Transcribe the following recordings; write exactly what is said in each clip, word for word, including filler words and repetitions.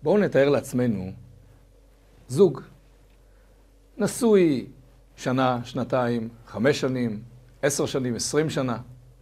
בואו נתאר לעצמנו זוג נשוי שנה, שנתיים, חמש שנים, עשר שנים, עשרים שנה,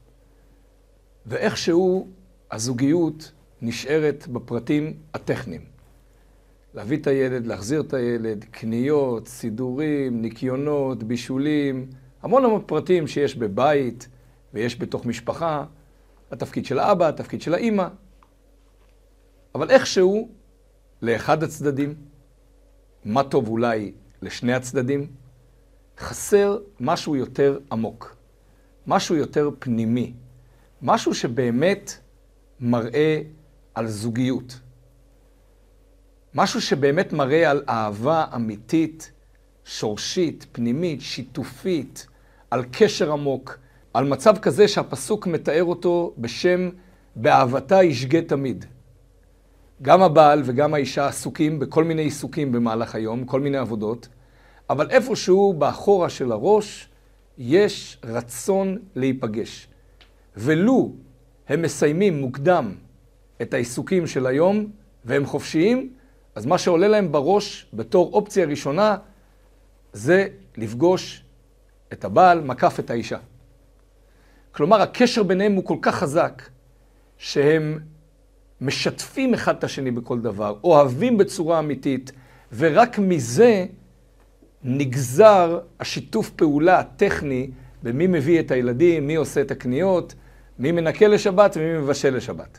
ואיכשהו הזוגיות נשארת בפרטים הטכניים. להביא את הילד, להחזיר את הילד, קניות, סידורים, ניקיונות, בישולים, המון המון פרטים שיש בבית ויש בתוך משפחה, התפקיד של האבא, התפקיד של האמא. אבל איכשהו לאחד הצדדים, מה טוב אולי לשני הצדדים, חסר משהו יותר עמוק, משהו יותר פנימי, משהו שבאמת מראה על זוגיות. משהו שבאמת מראה על אהבה אמיתית, שורשית, פנימית, שיתופית, על קשר עמוק, על מצב כזה שהפסוק מתאר אותו בשם באהבתה ישגה תמיד. גם הבעל וגם האישה עסוקים בכל מיני עיסוקים במהלך היום, כל מיני עבודות, אבל איפשהו באחורה של הראש יש רצון להיפגש. ולו הם מסיימים מוקדם את העיסוקים של היום והם חופשיים, אז מה שעולה להם בראש בתור אופציה ראשונה זה לפגוש את הבעל, מקף את האישה. כלומר, הקשר ביניהם הוא כל כך חזק שהם משתפים אחד את השני בכל דבר, אוהבים בצורה אמיתית, ורק מזה נגזר השיתוף פעולה הטכני במי מביא את הילדים, מי עושה את הקניות, מי מנקה לשבת ומי מבשל לשבת.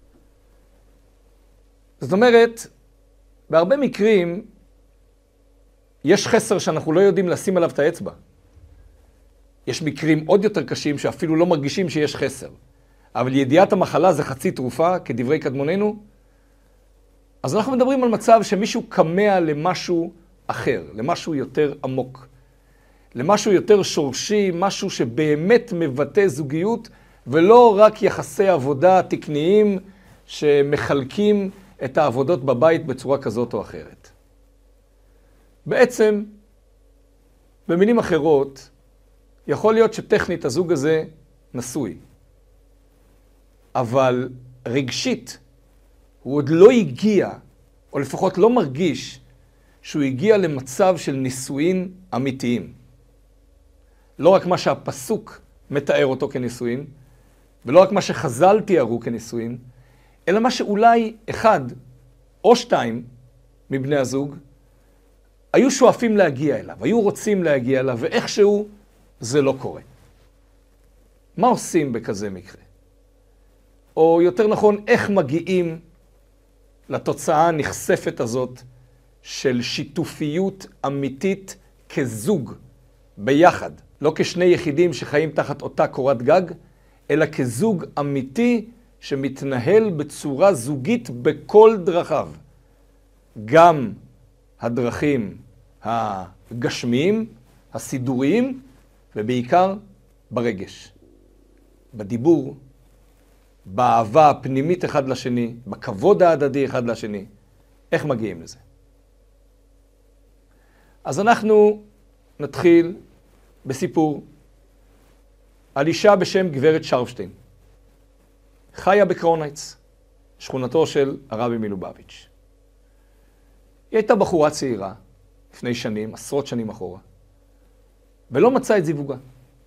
זאת אומרת, בהרבה מקרים יש חסר שאנחנו לא יודעים לשים עליו את האצבע. יש מקרים עוד יותר קשים שאפילו לא מרגישים שיש חסר. אבל ידיעת המחלה זה חצי תרופה, כדברי קדמוננו. אז אנחנו מדברים על מצב שמישהו קמע למשהו אחר, למשהו יותר עמוק, למשהו יותר שורשי, משהו שבאמת מבטא זוגיות, ולא רק יחסי עבודה תקניים שמחלקים את העבודות בבית בצורה כזאת או אחרת. בעצם, במילים אחרות, יכול להיות שטכנית הזוג הזה נשוי. אבל רגשית הוא עוד לא הגיע, או לפחות לא מרגיש, שהוא הגיע למצב של נישואין אמיתיים. לא רק מה שהפסוק מתאר אותו כנישואין, ולא רק מה שחז"ל תיארו כנישואין, אלא מה שאולי אחד או שתיים מבני הזוג היו שואפים להגיע אליו, היו רוצים להגיע אליו, ואיכשהו זה לא קורה. מה עושים בכזה מקרה? או יותר נכון, איך מגיעים לתוצאה הנחשפת הזאת של שיתופיות אמיתית כזוג ביחד. לא כשני יחידים שחיים תחת אותה קורת גג, אלא כזוג אמיתי שמתנהל בצורה זוגית בכל דרכיו. גם הדרכים הגשמיים, הסידוריים, ובעיקר ברגש. בדיבור, באהבה הפנימית אחד לשני, בכבוד ההדדי אחד לשני. איך מגיעים לזה? אז אנחנו נתחיל בסיפור על אישה בשם גברת שרפשטיין. חיה בקראונייץ, שכונתו של הרבי מלובביץ'. היא הייתה בחורה צעירה, לפני שנים, עשרות שנים אחורה, ולא מצאה את זיווגה.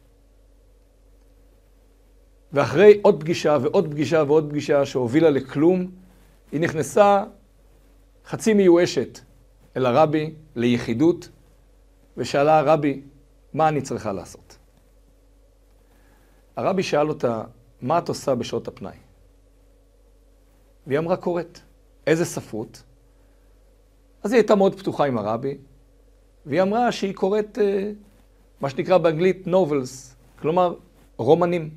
ואחרי עוד פגישה ועוד פגישה ועוד פגישה שהובילה לכלום, היא נכנסה חצי מיואשת אל הרבי ליחידות, ושאלה, הרבי, מה אני צריכה לעשות? הרבי שאל אותה, מה את עושה בשעות הפנאי? והיא אמרה, קוראת. איזה ספרות? אז היא הייתה מאוד פתוחה עם הרבי, והיא אמרה שהיא קוראת אה, מה שנקרא באנגלית novels, כלומר רומנים.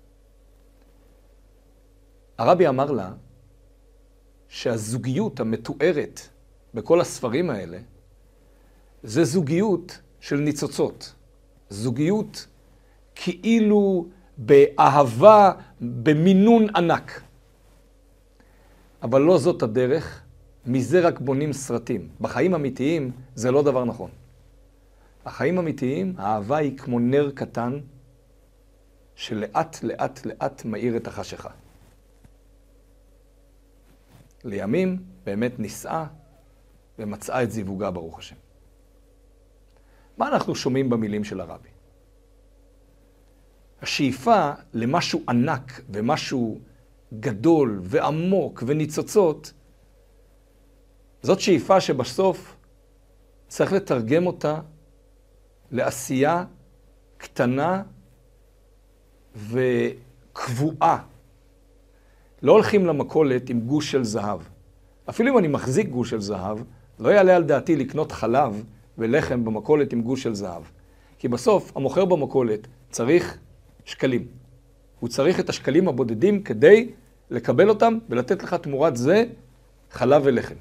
הרבי אמר לה שהזוגיות המתוארת בכל הספרים האלה זה זוגיות של ניצוצות. זוגיות כאילו באהבה, במינון ענק. אבל לא זאת הדרך, מזה רק בונים סרטים. בחיים אמיתיים זה לא דבר נכון. החיים אמיתיים, האהבה היא כמו נר קטן שלאט לאט לאט מאיר את החשיכה. לימים, באמת נישאה ומצאה את זיווגה ברוך השם. מה אנחנו שומעים במילים של הרבי? השאיפה למשהו ענק ומשהו גדול ועמוק וניצוצות, זאת שאיפה שבסוף צריך לתרגם אותה לעשייה קטנה וקבועה. לא הולכים למכולת עם גוש של זהב. אפילו אם אני מחזיק גוש של זהב, לא יעלה על דעתי לקנות חלב ולחם במכולת עם גוש של זהב. כי בסוף המוכר במכולת צריך שקלים. הוא צריך את השקלים הבודדים כדי לקבל אותם ולתת לך תמורת זה חלב ולחם.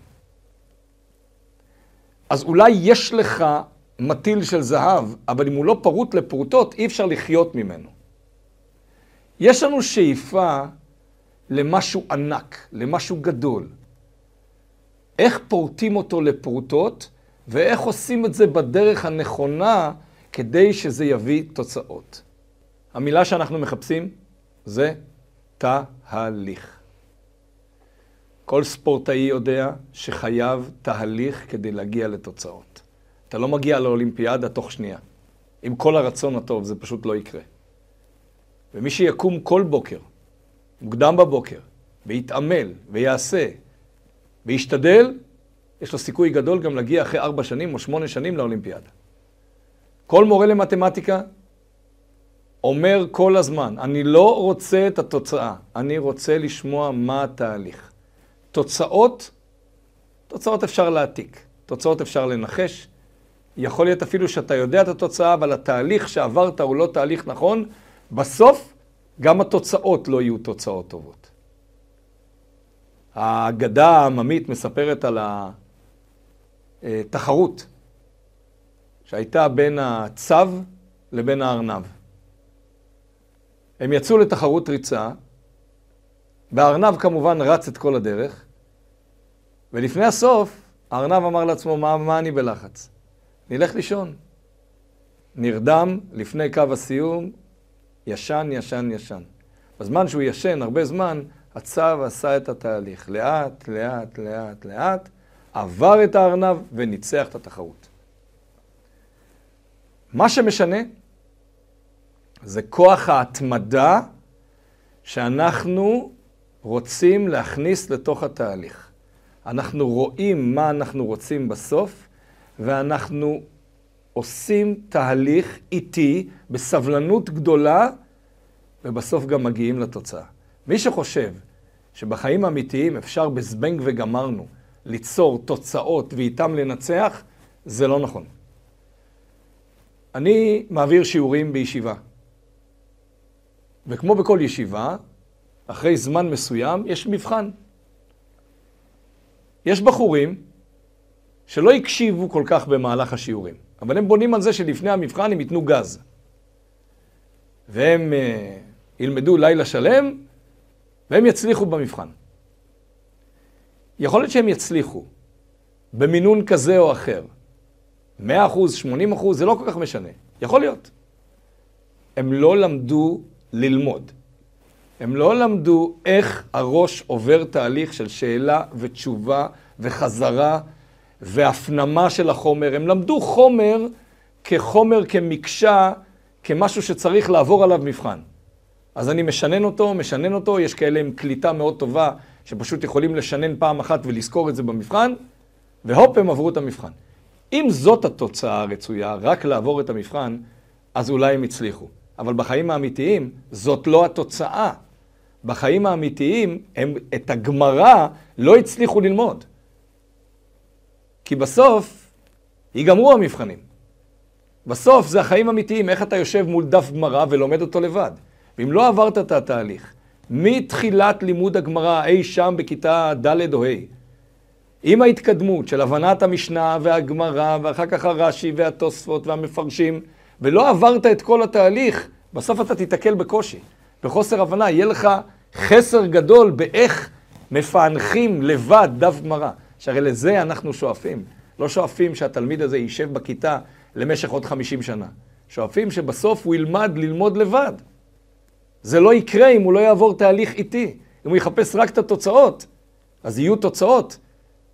אז אולי יש לך מטיל של זהב, אבל אם הוא לא פרוט לפרוטות, אי אפשר לחיות ממנו. יש לנו שאיפה למשהו ענק, למשהו גדול. איך פורטים אותו לפרוטות, ואיך עושים את זה בדרך הנכונה כדי שזה יביא תוצאות. המילה שאנחנו מחפשים זה תהליך. כל ספורטאי יודע שחייב תהליך כדי להגיע לתוצאות. אתה לא מגיע לאולימפיאדה תוך שנייה. עם כל הרצון הטוב זה פשוט לא יקרה. ומי שיקום כל בוקר, מוקדם בבוקר, ויתעמל, ויעשה, וישתדל, יש לו סיכוי גדול גם להגיע אחרי ארבע שנים או שמונה שנים לאולימפיאדה. כל מורה למתמטיקה אומר כל הזמן, אני לא רוצה את התוצאה, אני רוצה לשמוע מה התהליך. תוצאות, תוצאות אפשר להעתיק, תוצאות אפשר לנחש. יכול להיות אפילו שאתה יודע את התוצאה, אבל התהליך שעברת הוא לא תהליך נכון, בסוף גם התוצאות לא יהיו תוצאות טובות. האגדה העממית מספרת על התחרות שהייתה בין הצב לבין הארנב. הם יצאו לתחרות ריצה, והארנב כמובן רץ את כל הדרך, ולפני הסוף הארנב אמר לעצמו, מה, מה אני בלחץ? נלך לישון. נרדם לפני קו הסיום, ישן, ישן, ישן. בזמן שהוא ישן, הרבה זמן, הצב עשה את התהליך. לאט, לאט, לאט, לאט, עבר את הארנב וניצח את התחרות. מה שמשנה זה כוח ההתמדה שאנחנו רוצים להכניס לתוך התהליך. אנחנו רואים מה אנחנו רוצים בסוף, ואנחנו עושים תהליך איטי בסבלנות גדולה, ובסוף גם מגיעים לתוצאה. מי שחושב שבחיים האמיתיים אפשר בזבנג וגמרנו ליצור תוצאות ואיתם לנצח, זה לא נכון. אני מעביר שיעורים בישיבה. וכמו בכל ישיבה, אחרי זמן מסוים יש מבחן. יש בחורים שלא יקשיבו כל כך במהלך השיעורים, אבל הם בונים על זה שלפני המבחן הם ייתנו גז. והם uh, ילמדו לילה שלם, והם יצליחו במבחן. יכול להיות שהם יצליחו במינון כזה או אחר. מאה אחוז, שמונים אחוז, זה לא כל כך משנה. יכול להיות. הם לא למדו ללמוד. הם לא למדו איך הראש עובר תהליך של שאלה ותשובה וחזרה והפנמה של החומר. הם למדו חומר כחומר, כמקשה, כמשהו שצריך לעבור עליו מבחן. אז אני משנן אותו, משנן אותו, יש כאלה עם קליטה מאוד טובה שפשוט יכולים לשנן פעם אחת ולזכור את זה במבחן, והופ, הם עברו את המבחן. אם זאת התוצאה הרצויה, רק לעבור את המבחן, אז אולי הם הצליחו. אבל בחיים האמיתיים, זאת לא התוצאה. בחיים האמיתיים, הם את הגמרא לא הצליחו ללמוד. כי בסוף, ייגמרו המבחנים. בסוף זה החיים האמיתיים, איך אתה יושב מול דף גמרא ולומד אותו לבד. ואם לא עברת את התהליך, מתחילת לימוד הגמרא אי שם בכיתה ד' או ה', עם ההתקדמות של הבנת המשנה והגמרא, ואחר כך הרש"י והתוספות והמפרשים, ולא עברת את כל התהליך, בסוף אתה תתקל בקושי. בחוסר הבנה, יהיה לך חסר גדול באיך מפענחים לבד דף גמרא. שהרי לזה אנחנו שואפים. לא שואפים שהתלמיד הזה יישב בכיתה למשך עוד חמישים שנה. שואפים שבסוף הוא ילמד ללמוד לבד. זה לא יקרה אם הוא לא יעבור תהליך איטי. אם הוא יחפש רק את התוצאות, אז יהיו תוצאות.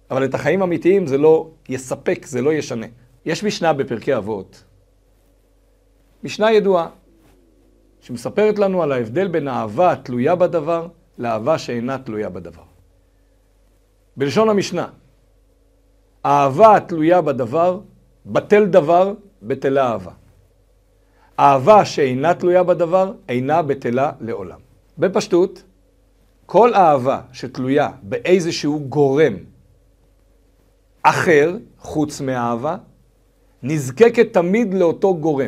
אבל את החיים האמיתיים זה לא יספק, זה לא ישנה. יש משנה בפרקי אבות, משנה ידועה, שמספרת לנו על ההבדל בין אהבה התלויה בדבר לאהבה שאינה תלויה בדבר. בלשון המשנה, אהבה התלויה בדבר, בטל דבר, בטלה אהבה. אהבה שאינה תלויה בדבר, אינה בטלה לעולם. בפשטות, כל אהבה שתלויה באיזשהו גורם אחר, חוץ מאהבה, נזקקת תמיד לאותו גורם.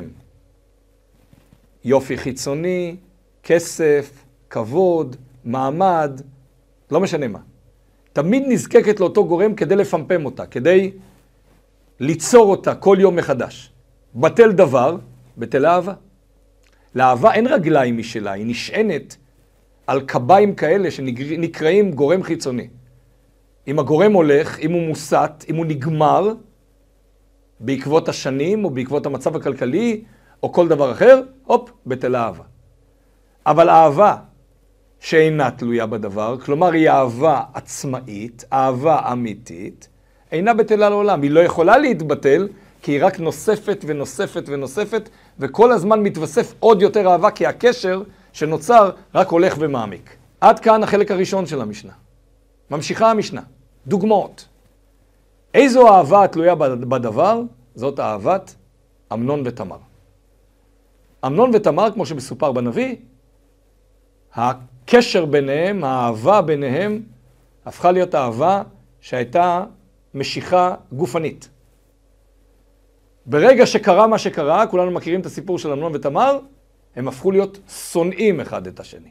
יופי חיצוני, כסף, כבוד, מעמד, לא משנה מה. תמיד נזקקת לאותו גורם כדי לפמפם אותה, כדי ליצור אותה כל יום מחדש. בטל דבר, בטל אהבה. לאהבה אין רגליים משלה, היא נשענת על קביים כאלה שנקראים גורם חיצוני. אם הגורם הולך, אם הוא מוסת, אם הוא נגמר, בעקבות השנים או בעקבות המצב הכלכלי או כל דבר אחר, הופ, בטל אהבה. אבל אהבה שאינה תלויה בדבר, כלומר היא אהבה עצמאית, אהבה אמיתית, אינה בטלה לעולם. היא לא יכולה להתבטל, כי היא רק נוספת ונוספת ונוספת, וכל הזמן מתווסף עוד יותר אהבה, כי הקשר שנוצר רק הולך ומעמיק. עד כאן החלק הראשון של המשנה. ממשיכה המשנה. דוגמאות. איזו אהבה התלויה בדבר? זאת אהבת אמנון ותמר. אמנון ותמר, כמו שמסופר בנביא, הקשר ביניהם, האהבה ביניהם, הפכה להיות אהבה שהייתה משיכה גופנית. ברגע שקרה מה שקרה, כולנו מכירים את הסיפור של אמנון ותמר, הם הפכו להיות שונאים אחד את השני.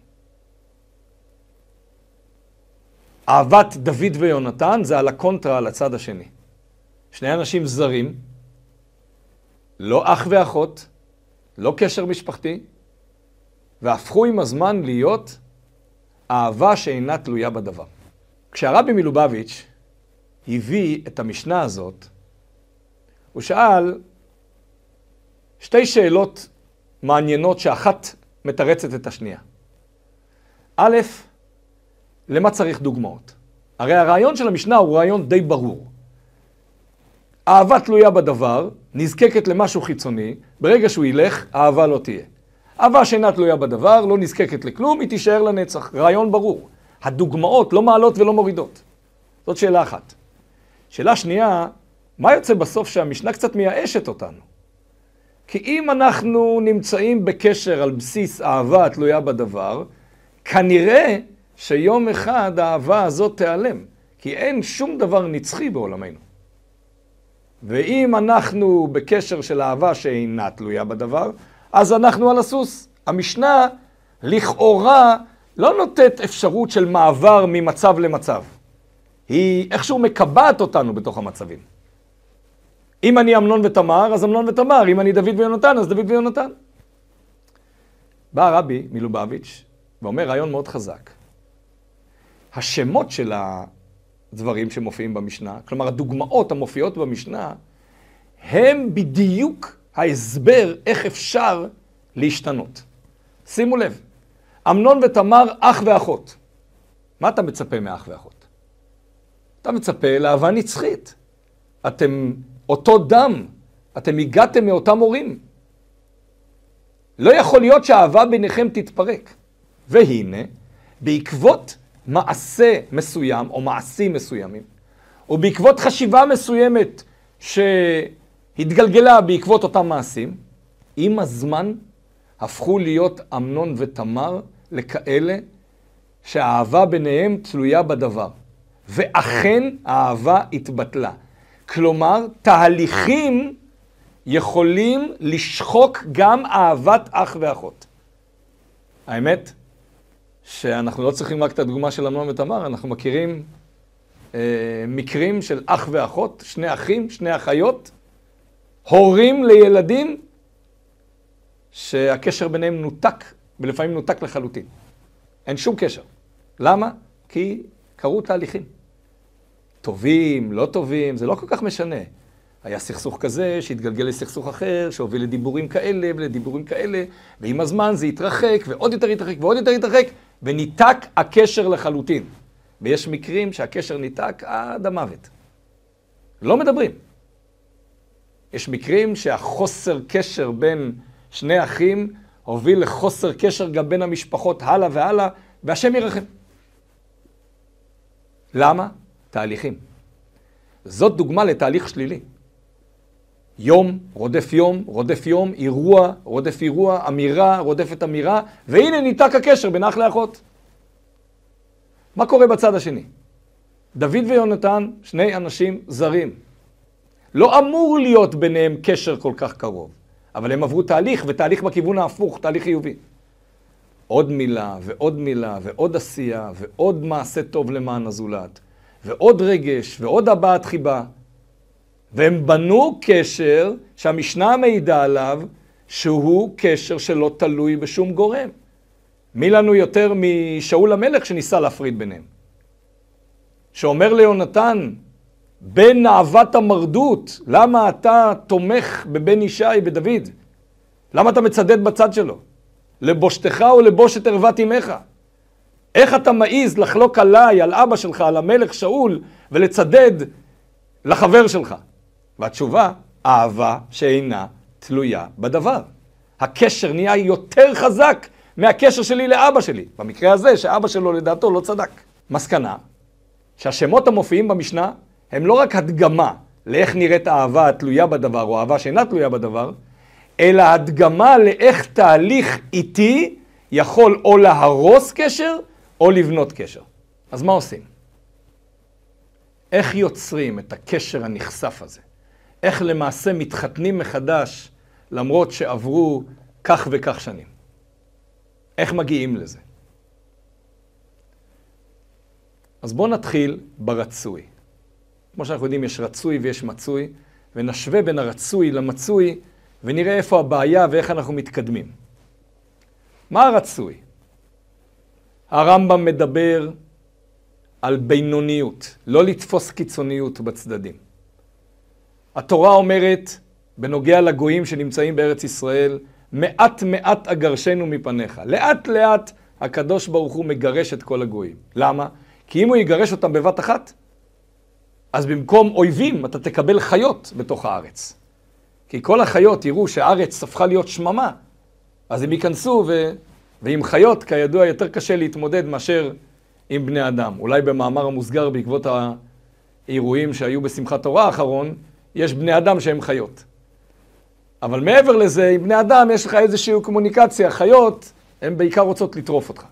אהבת דוד ויונתן זה על הקונטרה, על הצד השני. שני אנשים זרים, לא אח ואחות, לא קשר משפחתי, והפכו עם הזמן להיות אהבה שאינה תלויה בדבר. כשהרבי מלובביץ' הביא את המשנה הזאת, הוא שאל שתי שאלות מעניינות שאחת מתרצת את השנייה. א', למה צריך דוגמאות? הרי הרעיון של המשנה הוא רעיון די ברור. אהבה תלויה בדבר, נזקקת למשהו חיצוני, ברגע שהוא ילך, אהבה לא תהיה. אהבה שאינה תלויה בדבר, לא נזקקת לכלום, היא תישאר לנצח. רעיון ברור. הדוגמאות לא מעלות ולא מורידות. זאת שאלה אחת. שאלה שנייה, מה יוצא בסוף שהמשנה קצת מייאשת אותנו? כי אם אנחנו נמצאים בקשר על בסיס אהבה התלויה בדבר, כנראה שיום אחד האהבה הזאת תיעלם, כי אין שום דבר נצחי בעולמנו. ואם אנחנו בקשר של אהבה שאינה תלויה בדבר, אז אנחנו על הסוס. המשנה לכאורה לא נותנת אפשרות של מעבר ממצב למצב. היא איכשהו מקבעת אותנו בתוך המצבים. אם אני אמנון ותמר, אז אמנון ותמר. אם אני דוד ויונתן, אז דוד ויונתן. בא הרבי מלובביץ' ואומר רעיון מאוד חזק. השמות של הדברים שמופיעים במשנה, כלומר הדוגמאות המופיעות במשנה, הם בדיוק ההסבר איך אפשר להשתנות. שימו לב, אמנון ותמר אח ואחות. מה אתה מצפה מאח ואחות? אתה מצפה לאהבה נצחית. אתם אותו דם, אתם הגעתם מאותם הורים. לא יכול להיות שהאהבה ביניכם תתפרק. והנה, בעקבות מעשה מסוים או מעשים מסוימים, או בעקבות חשיבה מסוימת שהתגלגלה בעקבות אותם מעשים, עם הזמן הפכו להיות אמנון ותמר לכאלה שהאהבה ביניהם תלויה בדבר. ואכן האהבה התבטלה. כלומר, תהליכים יכולים לשחוק גם אהבת אח ואחות. האמת שאנחנו לא צריכים רק את הדוגמה של אמנון ותמר, אנחנו מכירים אה, מקרים של אח ואחות, שני אחים, שני אחיות, הורים לילדים, שהקשר ביניהם נותק, ולפעמים נותק לחלוטין. אין שום קשר. למה? כי קרו תהליכים. טובים, לא טובים, זה לא כל כך משנה. היה סכסוך כזה שהתגלגל לסכסוך אחר, שהוביל לדיבורים כאלה ולדיבורים כאלה, ועם הזמן זה התרחק ועוד יותר התרחק ועוד יותר התרחק, וניתק הקשר לחלוטין. ויש מקרים שהקשר ניתק עד המוות. לא מדברים. יש מקרים שהחוסר קשר בין שני אחים הוביל לחוסר קשר גם בין המשפחות הלאה והלאה, והשם ירחם. למה? תהליכים. זאת דוגמה לתהליך שלילי. יום רודף יום, רודף יום, אירוע רודף אירוע, אמירה רודפת אמירה, והנה ניתק הקשר בין אח לאחות. מה קורה בצד השני? דוד ויונתן, שני אנשים זרים. לא אמור להיות ביניהם קשר כל כך קרוב, אבל הם עברו תהליך, ותהליך בכיוון ההפוך, תהליך חיובי. עוד מילה ועוד מילה ועוד עשייה ועוד מעשה טוב למען הזולת, ועוד רגש ועוד הבעת חיבה. והם בנו קשר שהמשנה מעידה עליו שהוא קשר שלא תלוי בשום גורם. מי לנו יותר משאול המלך שניסה להפריד ביניהם? שאומר ליונתן, בן אהבת המרדות, למה אתה תומך בבן ישי בדוד? למה אתה מצדד בצד שלו? לבושתך או לבושת ערוות אמך? איך אתה מעיז לחלוק עליי, על אבא שלך, על המלך שאול, ולצדד לחבר שלך? והתשובה, אהבה שאינה תלויה בדבר. הקשר נהיה יותר חזק מהקשר שלי לאבא שלי. במקרה הזה, שאבא שלו לדעתו לא צדק. מסקנה, שהשמות המופיעים במשנה, הם לא רק הדגמה לאיך נראית האהבה התלויה בדבר, או אהבה שאינה תלויה בדבר, אלא הדגמה לאיך תהליך איתי יכול או להרוס קשר, או לבנות קשר. אז מה עושים? איך יוצרים את הקשר הנחשף הזה? איך למעשה מתחתנים מחדש, למרות שעברו כך וכך שנים? איך מגיעים לזה? אז בואו נתחיל ברצוי. כמו שאנחנו יודעים, יש רצוי ויש מצוי, ונשווה בין הרצוי למצוי, ונראה איפה הבעיה ואיך אנחנו מתקדמים. מה הרצוי? הרמב"ם מדבר על בינוניות, לא לתפוס קיצוניות בצדדים. התורה אומרת, בנוגע לגויים שנמצאים בארץ ישראל, מעט מעט אגרשנו מפניך. לאט לאט הקדוש ברוך הוא מגרש את כל הגויים. למה? כי אם הוא יגרש אותם בבת אחת, אז במקום אויבים אתה תקבל חיות בתוך הארץ. כי כל החיות יראו שהארץ הפכה להיות שממה, אז הם ייכנסו ו... ועם חיות כידוע יותר קשה להתמודד מאשר עם בני אדם. אולי במאמר המוסגר בעקבות האירועים שהיו בשמחת תורה האחרון, יש בני אדם שהם חיות. אבל מעבר לזה, עם בני אדם יש לך איזושהי קומוניקציה. חיות, הן בעיקר רוצות לטרוף אותך.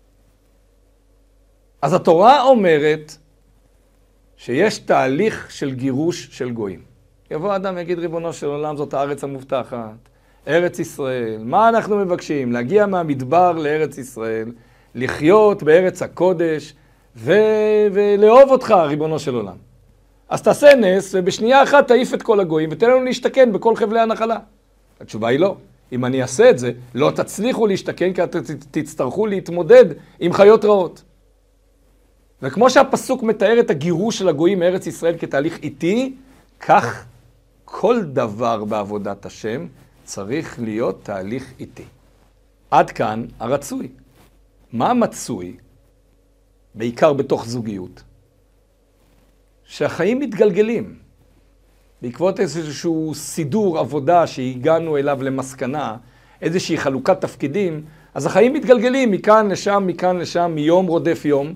אז התורה אומרת שיש תהליך של גירוש של גויים. יבוא אדם ויגיד, ריבונו של עולם, זאת הארץ המובטחת, ארץ ישראל. מה אנחנו מבקשים? להגיע מהמדבר לארץ ישראל, לחיות בארץ הקודש, ו... ולאהוב אותך, ריבונו של עולם. אז תעשה נס, ובשנייה אחת תעיף את כל הגויים, ותן לנו להשתכן בכל חבלי הנחלה. התשובה היא לא. אם אני אעשה את זה, לא תצליחו להשתכן, כי אתם תצטרכו להתמודד עם חיות רעות. וכמו שהפסוק מתאר את הגירוש של הגויים מארץ ישראל כתהליך איטי, כך כל דבר בעבודת השם צריך להיות תהליך איטי. עד כאן הרצוי. מה המצוי, בעיקר בתוך זוגיות? שהחיים מתגלגלים. בעקבות איזשהו סידור עבודה שהגענו אליו למסקנה, איזושהי חלוקת תפקידים, אז החיים מתגלגלים מכאן לשם, מכאן לשם, מיום רודף יום,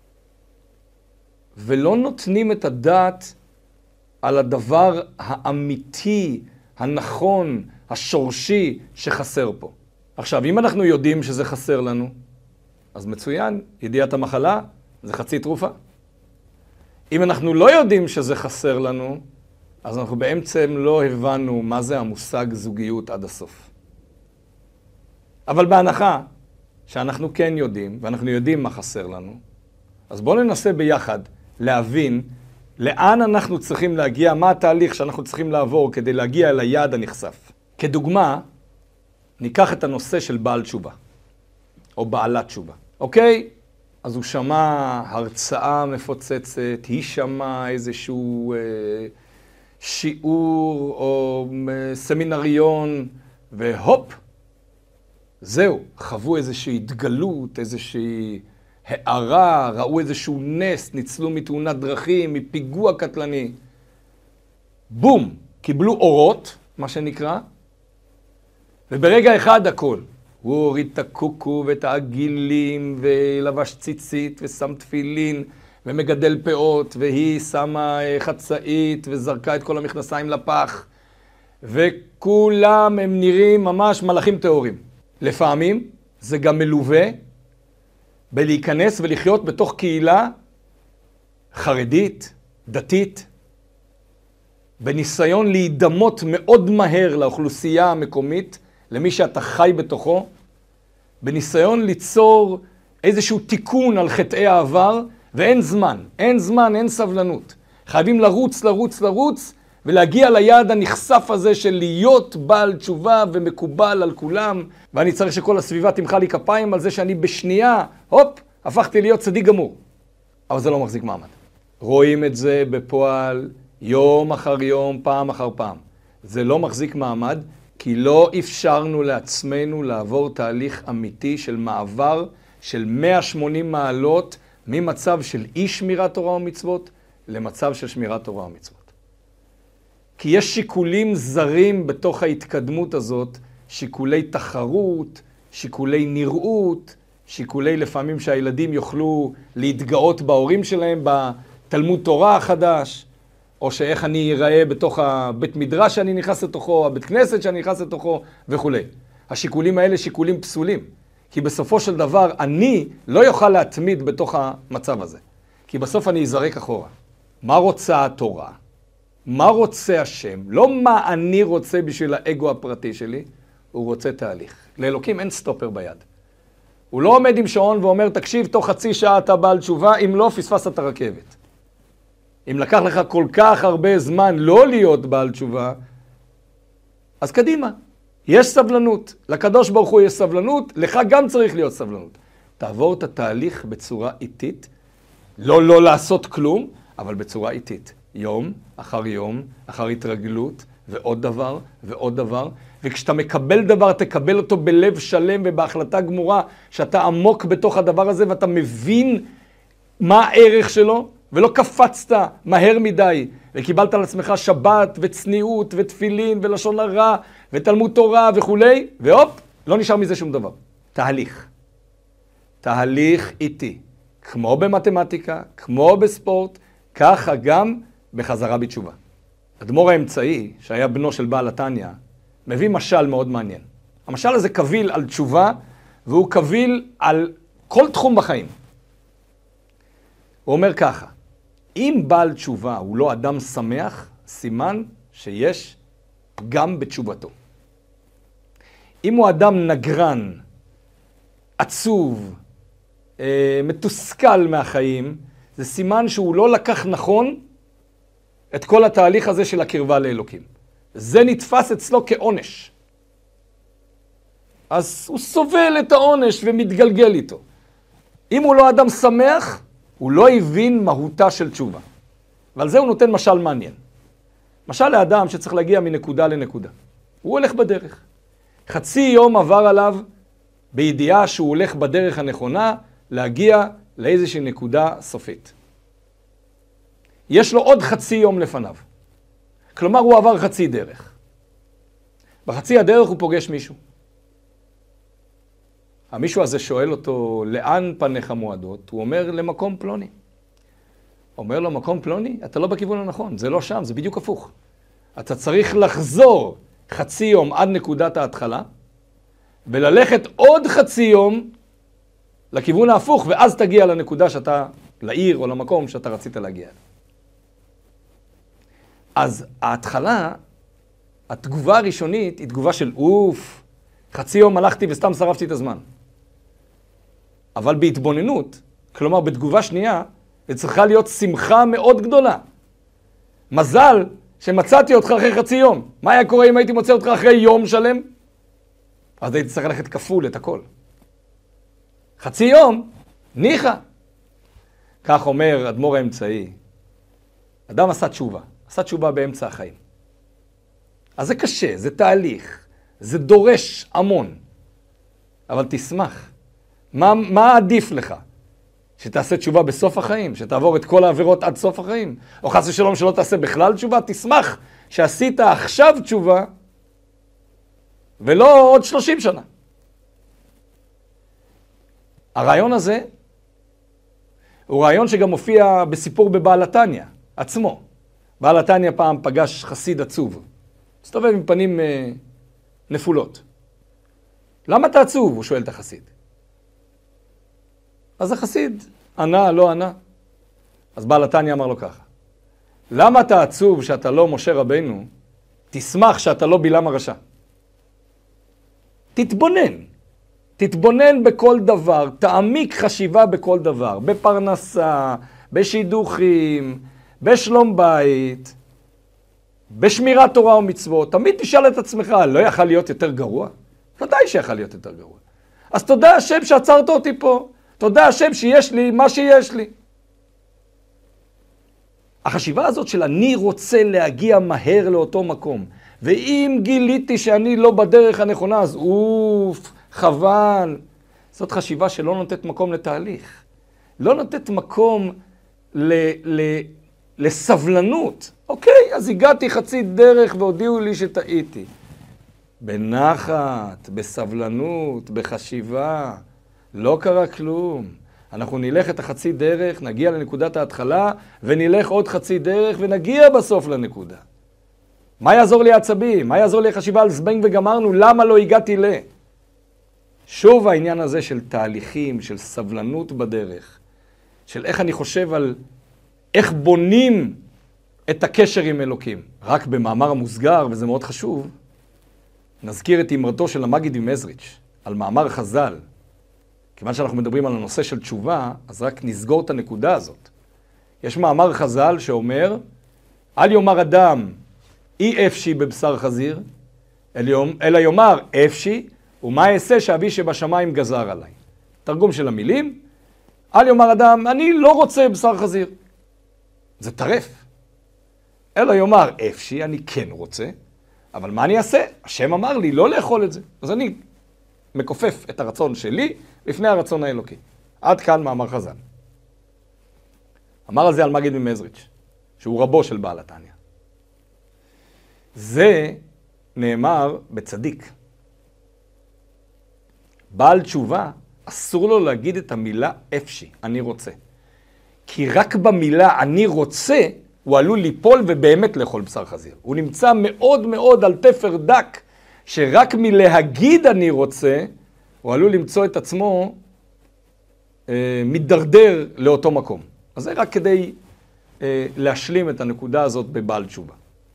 ולא נותנים את הדעת על הדבר האמיתי, הנכון, השורשי שחסר פה. עכשיו, אם אנחנו יודעים שזה חסר לנו, אז מצוין, ידיעת המחלה זה חצי תרופה. אם אנחנו לא יודעים שזה חסר לנו, אז אנחנו בעצם לא הבנו מה זה המושג זוגיות עד הסוף. אבל בהנחה שאנחנו כן יודעים, ואנחנו יודעים מה חסר לנו, אז בואו ננסה ביחד להבין לאן אנחנו צריכים להגיע, מה התהליך שאנחנו צריכים לעבור כדי להגיע אל היעד הנחשף. כדוגמה, ניקח את הנושא של בעל תשובה, או בעלת תשובה. אוקיי? אז הוא שמע הרצאה מפוצצת, היא שמע איזשהו אה, שיעור או אה, סמינריון, והופ, זהו, חוו איזושהי התגלות, איזושהי הערה, ראו איזשהו נס, ניצלו מתאונת דרכים, מפיגוע קטלני. בום, קיבלו אורות, מה שנקרא, וברגע אחד הכל. הוא הוריד את הקוקו ואת העגילים, ולבש ציצית ושם תפילין, ומגדל פאות, והיא שמה חצאית וזרקה את כל המכנסיים לפח, וכולם הם נראים ממש מלאכים טהורים. לפעמים זה גם מלווה בלהיכנס ולחיות בתוך קהילה חרדית, דתית, בניסיון להידמות מאוד מהר לאוכלוסייה המקומית, למי שאתה חי בתוכו, בניסיון ליצור איזשהו תיקון על חטאי העבר, ואין זמן, אין זמן, אין סבלנות. חייבים לרוץ, לרוץ, לרוץ, ולהגיע ליעד הנכסף הזה של להיות בעל תשובה ומקובל על כולם, ואני צריך שכל הסביבה תמחא לי כפיים על זה שאני בשנייה, הופ, הפכתי להיות צדיק גמור. אבל זה לא מחזיק מעמד. רואים את זה בפועל יום אחר יום, פעם אחר פעם. זה לא מחזיק מעמד, כי לא אפשרנו לעצמנו לעבור תהליך אמיתי של מעבר של מאה ושמונים מעלות ממצב של אי שמירת תורה ומצוות למצב של שמירת תורה ומצוות. כי יש שיקולים זרים בתוך ההתקדמות הזאת, שיקולי תחרות, שיקולי נראות, שיקולי לפעמים שהילדים יוכלו להתגאות בהורים שלהם בתלמוד תורה החדש, או שאיך אני אראה בתוך הבית מדרש שאני נכנס לתוכו, הבית כנסת שאני נכנס לתוכו וכו'. השיקולים האלה שיקולים פסולים. כי בסופו של דבר אני לא יוכל להתמיד בתוך המצב הזה. כי בסוף אני אזרק אחורה. מה רוצה התורה? מה רוצה השם? לא מה אני רוצה בשביל האגו הפרטי שלי, הוא רוצה תהליך. לאלוקים אין סטופר ביד. הוא לא עומד עם שעון ואומר, תקשיב, תוך חצי שעה אתה בעל תשובה, אם לא, פספסת את הרכבת. אם לקח לך כל כך הרבה זמן לא להיות בעל תשובה, אז קדימה. יש סבלנות. לקדוש ברוך הוא יש סבלנות, לך גם צריך להיות סבלנות. תעבור את התהליך בצורה איטית, לא לא לעשות כלום, אבל בצורה איטית. יום אחר יום, אחר התרגלות, ועוד דבר ועוד דבר. וכשאתה מקבל דבר, תקבל אותו בלב שלם ובהחלטה גמורה, שאתה עמוק בתוך הדבר הזה ואתה מבין מה הערך שלו, ולא קפצת מהר מדי, וקיבלת על עצמך שבת וצניעות ותפילין ולשון הרע ותלמוד תורה וכו', והופ, לא נשאר מזה שום דבר. תהליך. תהליך איטי. כמו במתמטיקה, כמו בספורט, ככה גם בחזרה בתשובה. אדמו"ר האמצעי, שהיה בנו של בעל התניא, מביא משל מאוד מעניין. המשל הזה קביל על תשובה, והוא קביל על כל תחום בחיים. הוא אומר ככה, אם בעל תשובה הוא לא אדם שמח, סימן שיש גם בתשובתו. אם הוא אדם נגרן, עצוב, מתוסכל מהחיים, זה סימן שהוא לא לקח נכון את כל התהליך הזה של הקרבה לאלוקים. זה נתפס אצלו כעונש. אז הוא סובל את העונש ומתגלגל איתו. אם הוא לא אדם שמח, הוא לא הבין מהותה של תשובה. ועל זה הוא נותן משל מעניין. משל לאדם שצריך להגיע מנקודה לנקודה. הוא הולך בדרך. חצי יום עבר עליו בידיעה שהוא הולך בדרך הנכונה להגיע לאיזושהי נקודה סופית. יש לו עוד חצי יום לפניו. כלומר, הוא עבר חצי דרך. בחצי הדרך הוא פוגש מישהו. המישהו הזה שואל אותו, לאן פניך מועדות? הוא אומר, למקום פלוני. אומר לו, מקום פלוני? אתה לא בכיוון הנכון, זה לא שם, זה בדיוק הפוך. אתה צריך לחזור חצי יום עד נקודת ההתחלה, וללכת עוד חצי יום לכיוון ההפוך, ואז תגיע לנקודה שאתה, לעיר או למקום שאתה רצית להגיע. אז ההתחלה, התגובה הראשונית היא תגובה של אוף, חצי יום הלכתי וסתם שרפתי את הזמן. אבל בהתבוננות, כלומר בתגובה שנייה, זה צריכה להיות שמחה מאוד גדולה. מזל שמצאתי אותך אחרי חצי יום. מה היה קורה אם הייתי מוצא אותך אחרי יום שלם? אז הייתי צריך ללכת כפול את הכל. חצי יום, ניחא. כך אומר אדמו"ר האמצעי. אדם עשה תשובה. עשה תשובה באמצע החיים. אז זה קשה, זה תהליך. זה דורש המון. אבל תשמח. מה, מה עדיף לך? שתעשה תשובה בסוף החיים? שתעבור את כל העבירות עד סוף החיים? או חס ושלום שלא תעשה בכלל תשובה? תשמח שעשית עכשיו תשובה, ולא עוד שלושים שנה. הרעיון הזה הוא רעיון שגם מופיע בסיפור בבעל התניא עצמו. בעל התניא פעם פגש חסיד עצוב. מסתובב עם פנים אה, נפולות. למה אתה עצוב? הוא שואל את החסיד. אז החסיד ענה, לא ענה. אז בעל התניא אמר לו ככה. למה אתה עצוב שאתה לא משה רבינו? תשמח שאתה לא בלעם הרשע. תתבונן. תתבונן בכל דבר, תעמיק חשיבה בכל דבר, בפרנסה, בשידוכים, בשלום בית, בשמירת תורה ומצוות. תמיד תשאל את עצמך, לא יכל להיות יותר גרוע? ודאי שיכל להיות יותר גרוע. אז תודה השם שעצרת אותי פה. תודה השם שיש לי מה שיש לי. החשיבה הזאת של אני רוצה להגיע מהר לאותו מקום, ואם גיליתי שאני לא בדרך הנכונה, אז אוף, חבל. זאת חשיבה שלא נותנת מקום לתהליך. לא נותנת מקום ל, ל, לסבלנות. אוקיי, אז הגעתי חצי דרך והודיעו לי שטעיתי. בנחת, בסבלנות, בחשיבה. לא קרה כלום. אנחנו נלך את החצי דרך, נגיע לנקודת ההתחלה, ונלך עוד חצי דרך, ונגיע בסוף לנקודה. מה יעזור לי העצבים? מה יעזור לי החשיבה על זבנג וגמרנו? למה לא הגעתי ל... שוב העניין הזה של תהליכים, של סבלנות בדרך, של איך אני חושב על איך בונים את הקשר עם אלוקים. רק במאמר המוסגר, וזה מאוד חשוב, נזכיר את אמרתו של המגיד ממזריץ' על מאמר חז"ל. כיוון שאנחנו מדברים על הנושא של תשובה, אז רק נסגור את הנקודה הזאת. יש מאמר חז"ל שאומר, אל יאמר אדם אי אפשי בבשר חזיר, אלא יאמר אפשי, ומה אעשה שאבי שבשמיים גזר עליי. תרגום של המילים, אל יאמר אדם, אני לא רוצה בשר חזיר. זה טרף. אלא יאמר אפשי, אני כן רוצה, אבל מה אני אעשה? השם אמר לי לא לאכול את זה. אז אני מכופף את הרצון שלי לפני הרצון האלוקי. עד כאן מאמר חז"ל. אמר על זה על מגיד ממזריץ', שהוא רבו של בעל התניא. זה נאמר בצדיק. בעל תשובה, אסור לו להגיד את המילה אפשי, אני רוצה. כי רק במילה אני רוצה, הוא עלול ליפול ובאמת לאכול בשר חזיר. הוא נמצא מאוד מאוד על תפר דק, שרק מלהגיד אני רוצה, הוא עלול למצוא את עצמו אה, מתדרדר לאותו מקום. אז זה רק כדי אה, להשלים את הנקודה הזאת בבעל תשובה.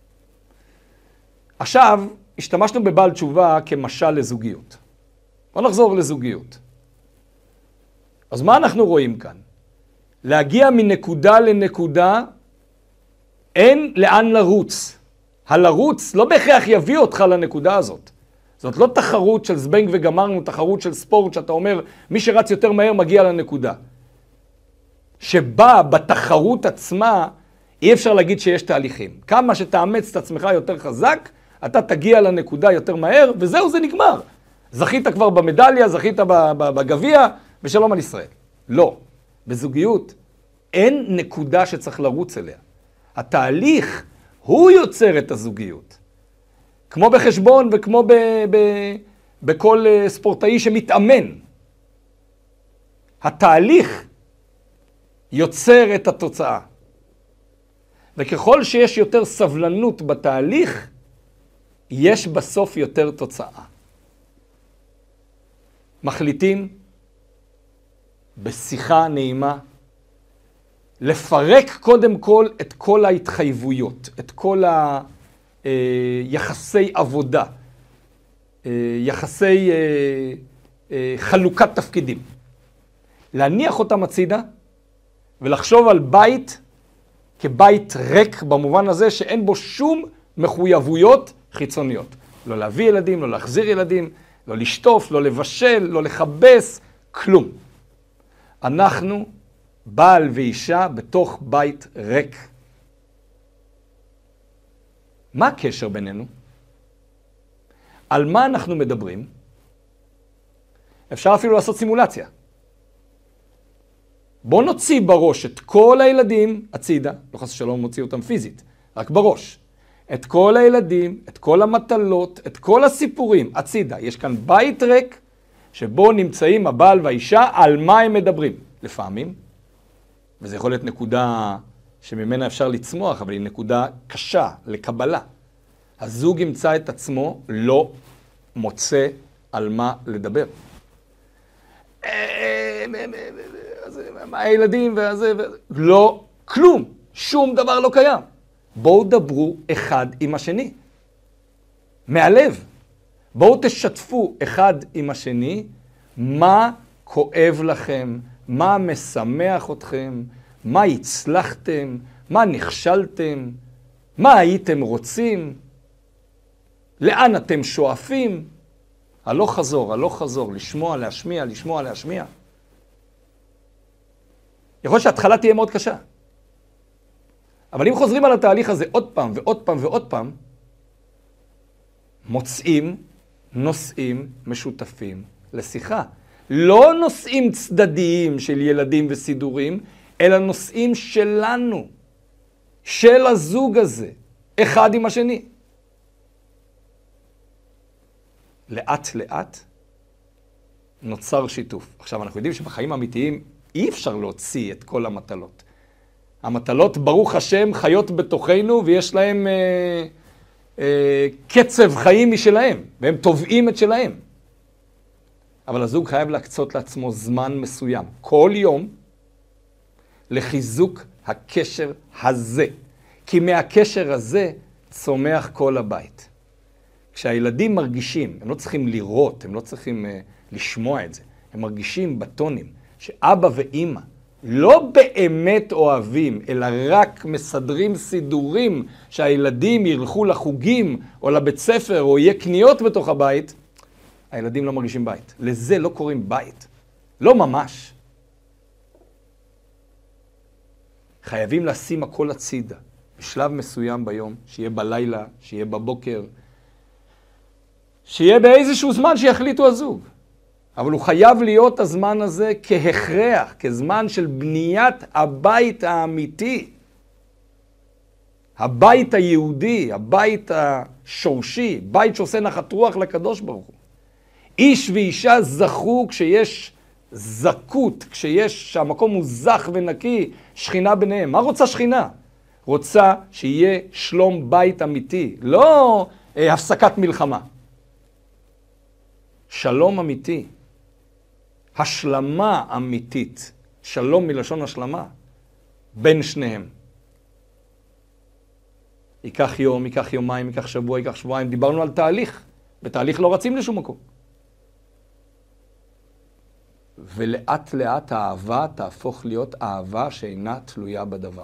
עכשיו, השתמשנו בבעל תשובה כמשל לזוגיות. בוא נחזור לזוגיות. אז מה אנחנו רואים כאן? להגיע מנקודה לנקודה, אין לאן לרוץ. הלרוץ לא בהכרח יביא אותך לנקודה הזאת. זאת לא תחרות של זבנג וגמרנו, תחרות של ספורט שאתה אומר, מי שרץ יותר מהר מגיע לנקודה. שבה בתחרות עצמה, אי אפשר להגיד שיש תהליכים. כמה שתאמץ את עצמך יותר חזק, אתה תגיע לנקודה יותר מהר, וזהו, זה נגמר. זכית כבר במדליה, זכית בגביע, ושלום על ישראל. לא. בזוגיות אין נקודה שצריך לרוץ אליה. התהליך הוא יוצר את הזוגיות. כמו בחשבון וכמו ב, ב, בכל ספורטאי שמתאמן. התהליך יוצר את התוצאה. וככל שיש יותר סבלנות בתהליך, יש בסוף יותר תוצאה. מחליטים בשיחה נעימה לפרק קודם כל את כל ההתחייבויות, את כל היחסי עבודה, יחסי חלוקת תפקידים. להניח אותם הצידה ולחשוב על בית כבית ריק במובן הזה שאין בו שום מחויבויות חיצוניות. לא להביא ילדים, לא להחזיר ילדים, לא לשטוף, לא לבשל, לא לחבס, כלום. אנחנו בעל ואישה בתוך בית ריק. מה הקשר בינינו? על מה אנחנו מדברים? אפשר אפילו לעשות סימולציה. בוא נוציא בראש את כל הילדים הצידה, לא חס ושלום מוציא אותם פיזית, רק בראש. את כל הילדים, את כל המטלות, את כל הסיפורים, הצידה. יש כאן בית ריק שבו נמצאים הבעל והאישה, על מה הם מדברים. לפעמים, וזה יכול להיות נקודה שממנה אפשר לצמוח, אבל היא נקודה קשה לקבלה. הזוג ימצא את עצמו לא מוצא על מה לדבר. הילדים וזה, לא, כלום, שום דבר לא קיים. בואו דברו אחד עם השני, מהלב. בואו תשתפו אחד עם השני, מה כואב לכם, מה משמח אתכם, מה הצלחתם, מה נכשלתם, מה הייתם רוצים, לאן אתם שואפים. הלוך חזור, הלוך חזור, לשמוע, להשמיע, לשמוע, להשמיע. יכול להיות שההתחלה תהיה מאוד קשה. אבל אם חוזרים על התהליך הזה עוד פעם ועוד פעם ועוד פעם, מוצאים נושאים משותפים לשיחה. לא נושאים צדדיים של ילדים וסידורים, אלא נושאים שלנו, של הזוג הזה, אחד עם השני. לאט לאט נוצר שיתוף. עכשיו אנחנו יודעים שבחיים האמיתיים אי אפשר להוציא את כל המטלות. המטלות, ברוך השם, חיות בתוכנו ויש להם אה, אה, קצב חיים משלהם, והם תובעים את שלהם. אבל הזוג חייב להקצות לעצמו זמן מסוים, כל יום, לחיזוק הקשר הזה. כי מהקשר הזה צומח כל הבית. כשהילדים מרגישים, הם לא צריכים לראות, הם לא צריכים uh, לשמוע את זה, הם מרגישים בטונים שאבא ואמא לא באמת אוהבים, אלא רק מסדרים סידורים שהילדים ילכו לחוגים או לבית ספר או יהיה קניות בתוך הבית, הילדים לא מרגישים בית. לזה לא קוראים בית. לא ממש. חייבים לשים הכל הצידה, בשלב מסוים ביום, שיהיה בלילה, שיהיה בבוקר, שיהיה באיזשהו זמן שיחליטו הזוג. אבל הוא חייב להיות הזמן הזה כהכרח, כזמן של בניית הבית האמיתי. הבית היהודי, הבית השורשי, בית שעושה נחת רוח לקדוש ברוך הוא. איש ואישה זכו כשיש זכות, כשיש, שהמקום הוא זך ונקי, שכינה ביניהם. מה רוצה שכינה? רוצה שיהיה שלום בית אמיתי, לא אה, הפסקת מלחמה. שלום אמיתי, השלמה אמיתית, שלום מלשון השלמה, בין שניהם. ייקח יום, ייקח יומיים, ייקח שבוע, ייקח שבועיים. דיברנו על תהליך. בתהליך לא רצים לשום מקום. ולאט לאט האהבה תהפוך להיות אהבה שאינה תלויה בדבר.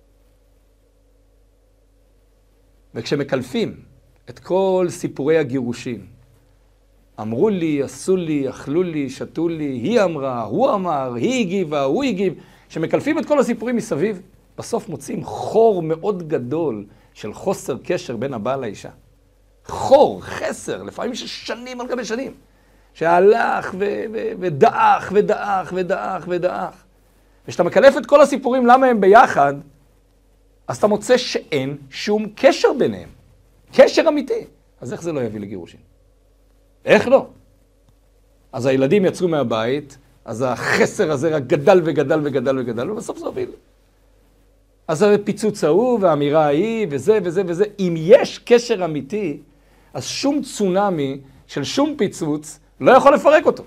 וכשמקלפים את כל סיפורי הגירושים, אמרו לי, עשו לי, אכלו לי, שתו לי, היא אמרה, הוא אמר, היא הגיבה, הוא הגיב. כשמקלפים את כל הסיפורים מסביב, בסוף מוצאים חור מאוד גדול של חוסר קשר בין הבעל לאישה. חור, חסר, לפעמים של שנים על גבי שנים. שהלך ו- ו- ודאח ודאח ודאח ודאח. וכשאתה מקלף את כל הסיפורים למה הם ביחד, אז אתה מוצא שאין שום קשר ביניהם. קשר אמיתי. אז איך זה לא יביא לגירושים? איך לא? אז הילדים יצאו מהבית, אז החסר הזה רק גדל וגדל וגדל וגדל, ובסוף זה הוביל. אז הפיצוץ ההוא והאמירה ההיא וזה וזה וזה. אם יש קשר אמיתי, אז שום צונמי של שום פיצוץ לא יכול לפרק אותו.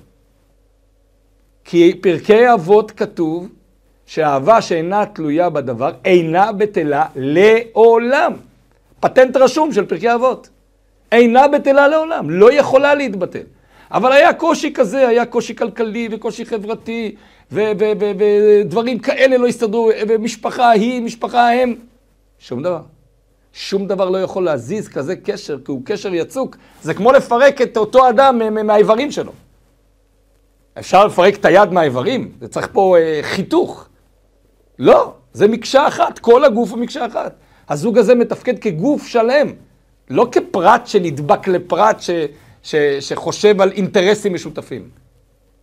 כי פרקי אבות כתוב שהאהבה שאינה תלויה בדבר אינה בטלה לעולם. פטנט רשום של פרקי אבות. אינה בטלה לעולם, לא יכולה להתבטל. אבל היה קושי כזה, היה קושי כלכלי וקושי חברתי, ודברים כאלה לא הסתדרו, ומשפחה היא, משפחה הם. שום דבר. שום דבר לא יכול להזיז כזה קשר, כי הוא קשר יצוק. זה כמו לפרק את אותו אדם מהאיברים שלו. אפשר לפרק את היד מהאיברים, זה צריך פה אה, חיתוך. לא, זה מקשה אחת, כל הגוף הוא מקשה אחת. הזוג הזה מתפקד כגוף שלם, לא כפרט שנדבק לפרט ש, ש, שחושב על אינטרסים משותפים,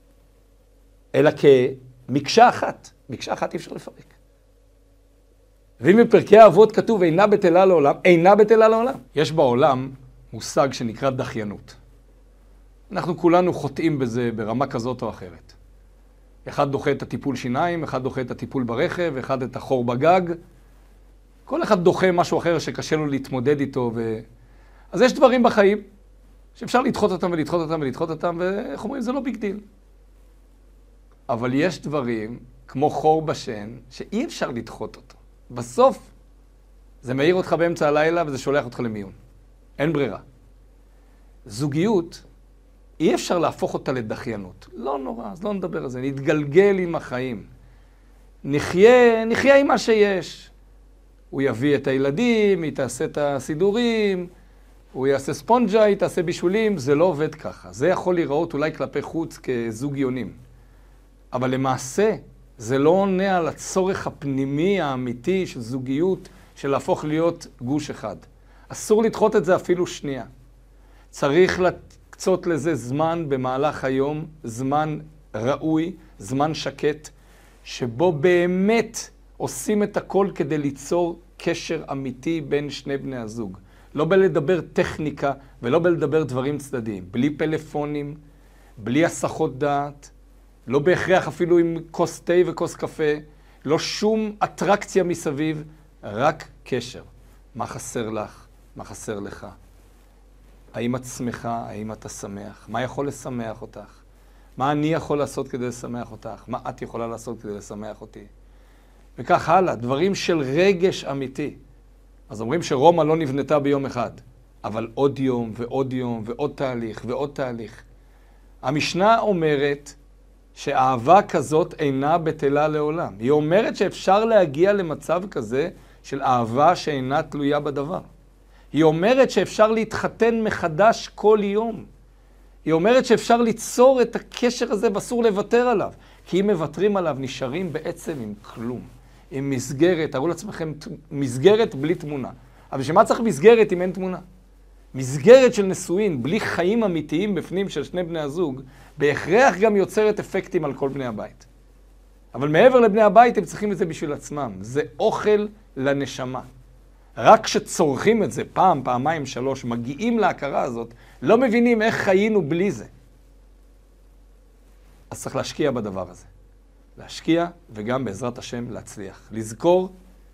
אלא כמקשה אחת. מקשה אחת אי אפשר לפרק. ואם בפרקי האבות כתוב אינה בטלה לעולם, אינה בטלה לעולם. יש בעולם מושג שנקרא דחיינות. אנחנו כולנו חוטאים בזה ברמה כזאת או אחרת. אחד דוחה את הטיפול שיניים, אחד דוחה את הטיפול ברכב, אחד את החור בגג. כל אחד דוחה משהו אחר שקשה לו להתמודד איתו. ו... אז יש דברים בחיים שאפשר לדחות אותם ולדחות אותם ולדחות אותם, ואיך אומרים, זה לא ביג דיל. אבל יש דברים, כמו חור בשן, שאי אפשר לדחות אותו. בסוף זה מעיר אותך באמצע הלילה וזה שולח אותך למיון. אין ברירה. זוגיות, אי אפשר להפוך אותה לדחיינות. לא נורא, אז לא נדבר על זה. נתגלגל עם החיים. נחיה, נחיה עם מה שיש. הוא יביא את הילדים, היא תעשה את הסידורים, הוא יעשה ספונג'ה, היא תעשה בישולים. זה לא עובד ככה. זה יכול להיראות אולי כלפי חוץ כזוגיונים. אבל למעשה, זה לא עונה על הצורך הפנימי האמיתי של זוגיות, של להפוך להיות גוש אחד. אסור לדחות את זה אפילו שנייה. צריך להקצות לזה זמן במהלך היום, זמן ראוי, זמן שקט, שבו באמת עושים את הכל כדי ליצור קשר אמיתי בין שני בני הזוג. לא בלדבר טכניקה ולא בלדבר דברים צדדיים. בלי פלאפונים, בלי הסחות דעת, לא בהכרח אפילו עם כוס תה וכוס קפה, לא שום אטרקציה מסביב, רק קשר. מה חסר לך? מה חסר לך? האם את שמחה? האם אתה שמח? מה יכול לשמח אותך? מה אני יכול לעשות כדי לשמח אותך? מה את יכולה לעשות כדי לשמח אותי? וכך הלאה, דברים של רגש אמיתי. אז אומרים שרומא לא נבנתה ביום אחד, אבל עוד יום ועוד יום ועוד תהליך ועוד תהליך. המשנה אומרת שאהבה כזאת אינה בטלה לעולם. היא אומרת שאפשר להגיע למצב כזה של אהבה שאינה תלויה בדבר. היא אומרת שאפשר להתחתן מחדש כל יום. היא אומרת שאפשר ליצור את הקשר הזה ואסור לוותר עליו. כי אם מוותרים עליו, נשארים בעצם עם כלום. עם מסגרת, תראו לעצמכם, מסגרת בלי תמונה. אבל שמה צריך מסגרת אם אין תמונה? מסגרת של נישואין, בלי חיים אמיתיים בפנים של שני בני הזוג, בהכרח גם יוצרת אפקטים על כל בני הבית. אבל מעבר לבני הבית, הם צריכים את זה בשביל עצמם. זה אוכל לנשמה. רק כשצורכים את זה פעם, פעמיים, שלוש, מגיעים להכרה הזאת, לא מבינים איך חיינו בלי זה. אז צריך להשקיע בדבר הזה. להשקיע וגם בעזרת השם להצליח. לזכור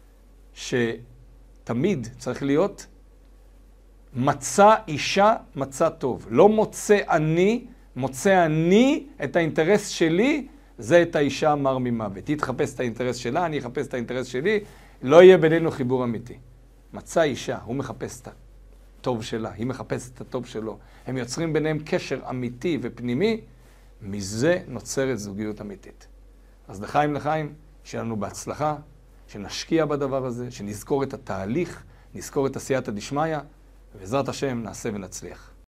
שתמיד צריך להיות מצא אישה, מצא טוב. לא מוצא אני, מוצא אני את האינטרס שלי, זה את האישה מר ממוות. היא תחפש את האינטרס שלה, אני אחפש את האינטרס שלי, לא יהיה בינינו חיבור אמיתי. מצא אישה, הוא מחפש את הטוב שלה, היא מחפשת את הטוב שלו. הם יוצרים ביניהם קשר אמיתי ופנימי, מזה נוצרת זוגיות אמיתית. אז לחיים לחיים, שיהיה לנו בהצלחה, שנשקיע בדבר הזה, שנזכור את התהליך, נזכור את עשייתא דשמיא, ובעזרת השם נעשה ונצליח.